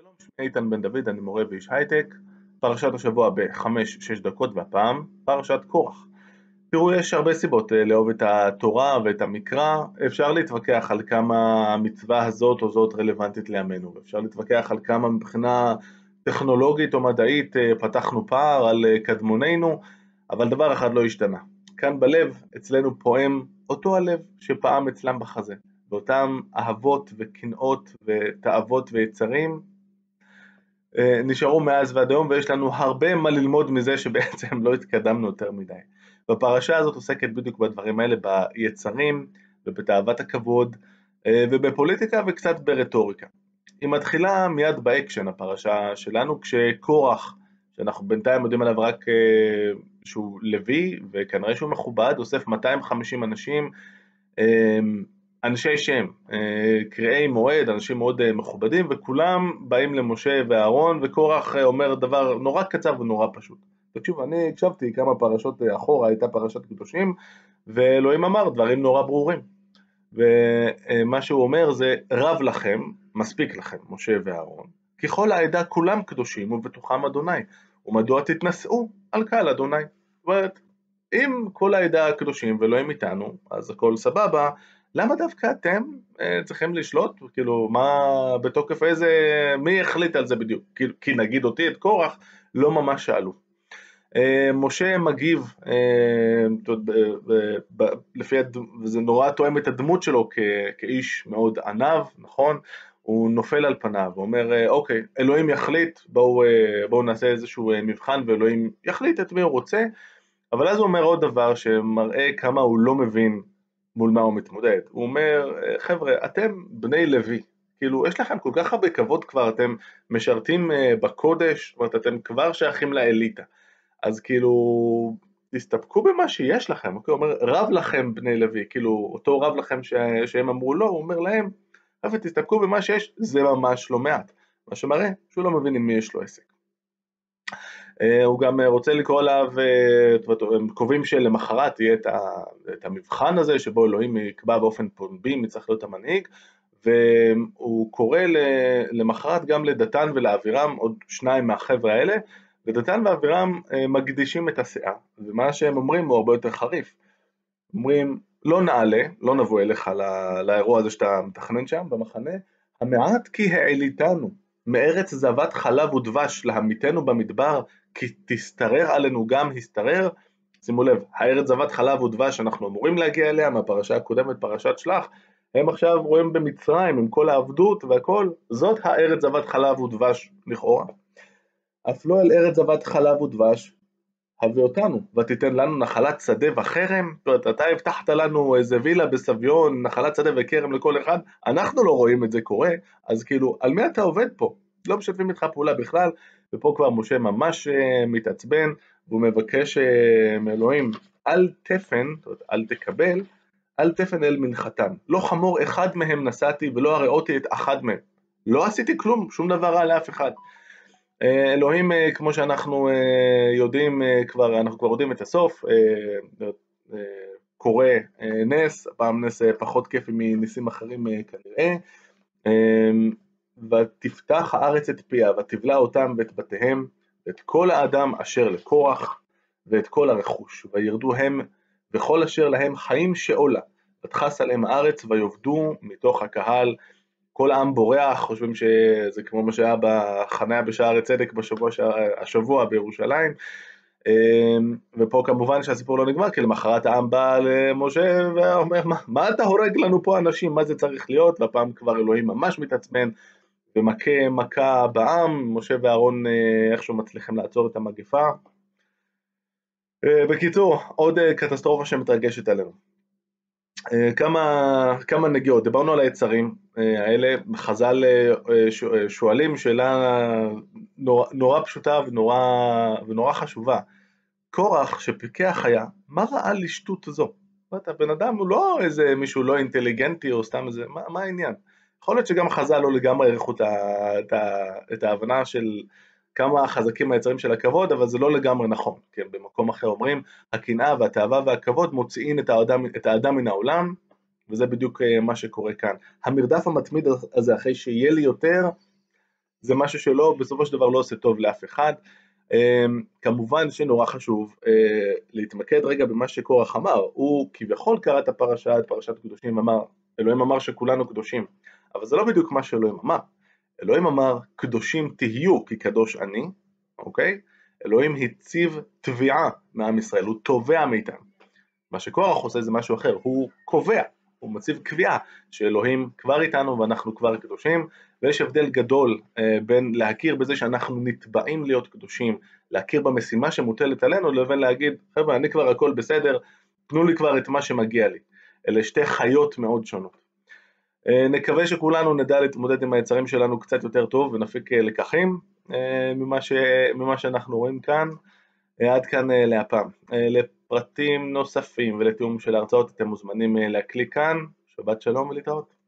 שלום, שמי איתן בן דוד, אני מורה ואיש הייטק. פרשת השבוע ב-5-6 דקות, והפעם פרשת קורח. תראו, יש הרבה סיבות לאהוב את התורה ואת המקרא. אפשר להתווכח על כמה המצווה הזאת או זאת רלוונטית לימינו, ואפשר להתווכח על כמה מבחינה טכנולוגית או מדעית פתחנו פער על קדמוננו, אבל דבר אחד לא השתנה. כאן בלב, אצלנו פועם אותו הלב שפעם אצלם בחזה, ואותם אהבות וקנאות ותאוות ויצרים נשארו מאז ועד היום, ויש לנו הרבה מה ללמוד מזה שבעצם לא התקדמנו יותר מדי. והפרשה הזאת עוסקת בדיוק בדברים האלה, ביצרים ובתאוות הכבוד ובפוליטיקה וקצת ברטוריקה. היא מתחילה מיד באקשן, הפרשה שלנו, כשקורח, שאנחנו בינתיים יודעים עליו רק שהוא לוי וכנראה שהוא מכובד, אוסף 250 אנשים, אנשי שם, קריאי מועד, אנשים מאוד מכובדים, וכולם באים למשה ואהרון, וקורח אומר דבר נורא קצר ונורא פשוט. תקשיבו, אני הקשבתי כמה פרשות אחורה, הייתה פרשת קדושים, ואלוהים אמר דברים נורא ברורים. ומה שהוא אומר זה, רב לכם, מספיק לכם, משה ואהרון, ככל העדה כולם קדושים ובתוכם אדוני, ומדוע תתנשאו על קהל אדוני. זאת אומרת, אם כל העדה קדושים ואלוהים איתנו, אז הכל סבבה, למה דווקא אתם צריכים לשלוט? כאילו, מה, בתוקף איזה, מי החליט על זה בדיוק? כי נגיד אותי, את קורח, לא ממש שאלו. משה מגיב, וזה נורא תואם את הדמות שלו כאיש מאוד ענב, נכון? הוא נופל על פניו, הוא אומר, אוקיי, אלוהים יחליט, בואו נעשה איזשהו מבחן, ואלוהים יחליט את מי הוא רוצה, אבל אז הוא אומר עוד דבר שמראה כמה הוא לא מבין מול מה הוא מתמודד. הוא אומר, חבר'ה, אתם בני לוי, כאילו יש לכם כל כך הרבה כבוד כבר, אתם משרתים בקודש, זאת אומרת, אתם כבר שייכים לאליטה, אז כאילו תסתפקו במה שיש לכם. הוא אומר, רב לכם בני לוי, כאילו אותו רב לכם שהם אמרו לו, הוא אומר להם, אבל תסתפקו במה שיש, זה ממש לא מעט, מה שמראה שהוא לא מבין עם מי יש לו עסק. הוא גם רוצה לקרוא עליו, הם קובעים שלמחרת יהיה את המבחן הזה, שבו אלוהים יקבע באופן פומבי מי צריך להיות המנהיג, והוא קורא למחרת גם לדתן ולאבירם, עוד שניים מהחבר'ה האלה, ודתן ואבירם מקדישים את הסאה, ומה שהם אומרים הוא הרבה יותר חריף. אומרים, לא נעלה, לא נבוא אליך לאירוע הזה שאתה מתכנן שם במחנה, המעט כי העליתנו, מארץ זבת חלב ודבש להמיתנו במדבר, כי תסתרר עלינו גם הסתרר. שימו לב, הארץ זבת חלב ודבש אנחנו אמורים להגיע אליה מהפרשה הקודמת, פרשת שלח, הם עכשיו רואים במצרים עם כל העבדות והכל, זאת הארץ זבת חלב ודבש לכאורה. אף לא אל ארץ זבת חלב ודבש הביא אותנו, ותיתן לנו נחלת שדה וחרם. זאת אומרת, אתה הבטחת לנו איזה וילה בסביון, נחלת שדה וכרם לכל אחד, אנחנו לא רואים את זה קורה, אז כאילו, על מי אתה עובד פה? לא משתפים איתך פעולה בכלל, ופה כבר משה ממש מתעצבן, והוא מבקש מאלוהים, אל תפן, אל תקבל, אל תפן אל מנחתן, לא חמור אחד מהם נשאתי, ולא הראותי את אחד מהם, לא עשיתי כלום, שום דבר רע לאף אחד. אלוהים, כמו שאנחנו יודעים, אנחנו כבר יודעים את הסוף, קורא נס, הפעם נס פחות כיפי מניסים אחרים כנראה, ותפתח הארץ את פיה, ותבלע אותם ואת בתיהם, ואת כל האדם אשר לקורח, ואת כל הרכוש, וירדו הם, וכל אשר להם חיים שאולה, ותחס עליהם הארץ, ויובדו מתוך הקהל. כל העם בורח, חושבים שזה כמו מה שהיה בחניה בשערי צדק השבוע בירושלים, ופה כמובן שהסיפור לא נגמר, כי למחרת העם בא למשה ואומר, מה אתה הורג לנו פה אנשים, מה זה צריך להיות? והפעם כבר אלוהים ממש מתעצבן, ומכה מכה בעם, משה ואהרון איכשהו מצליחים לעצור את המגפה. בקיצור, עוד קטסטרופה שמתרגשת עלינו. כמה נגיעות, דיברנו על היצרים האלה, חז"ל שואלים שאלה נורא פשוטה ונורא חשובה, קורח שפיקח היה, מה ראה לשטות זו? הבן אדם הוא לא איזה מישהו לא אינטליגנטי או סתם איזה, מה העניין? יכול להיות שגם חז"ל לא לגמרי העריכו את ההבנה של כמה חזקים היצרים של הכבוד, אבל זה לא לגמרי נכון, כי במקום אחר אומרים, הקנאה והתאווה והכבוד מוציאים את האדם מן העולם, וזה בדיוק מה שקורה כאן. המרדף המתמיד הזה אחרי שיהיה לי יותר, זה משהו שלא, בסופו של דבר לא עושה טוב לאף אחד. כמובן שנורא חשוב להתמקד רגע במה שקורח אמר, הוא כביכול קרא את הפרשה, את פרשת קדושים, אמר, אלוהים אמר שכולנו קדושים, אבל זה לא בדיוק מה שאלוהים אמר. אלוהים אמר, קדושים תהיו כי קדוש אני, אוקיי? אלוהים הציב תביעה מעם ישראל, הוא תובע מאיתנו. מה שקורח עושה זה משהו אחר, הוא קובע, הוא מציב קביעה שאלוהים כבר איתנו ואנחנו כבר קדושים, ויש הבדל גדול בין להכיר בזה שאנחנו נתבעים להיות קדושים, להכיר במשימה שמוטלת עלינו, לבין להגיד, חבר'ה, אני כבר הכל בסדר, תנו לי כבר את מה שמגיע לי. אלה שתי חיות מאוד שונות. נקווה שכולנו נדע להתמודד עם היצרים שלנו קצת יותר טוב, ונפיק לקחים ממה שאנחנו רואים כאן. עד כאן להפעם. לפרטים נוספים ולתיאום של ההרצאות אתם מוזמנים להקליק כאן. שבת שלום ולהתראות.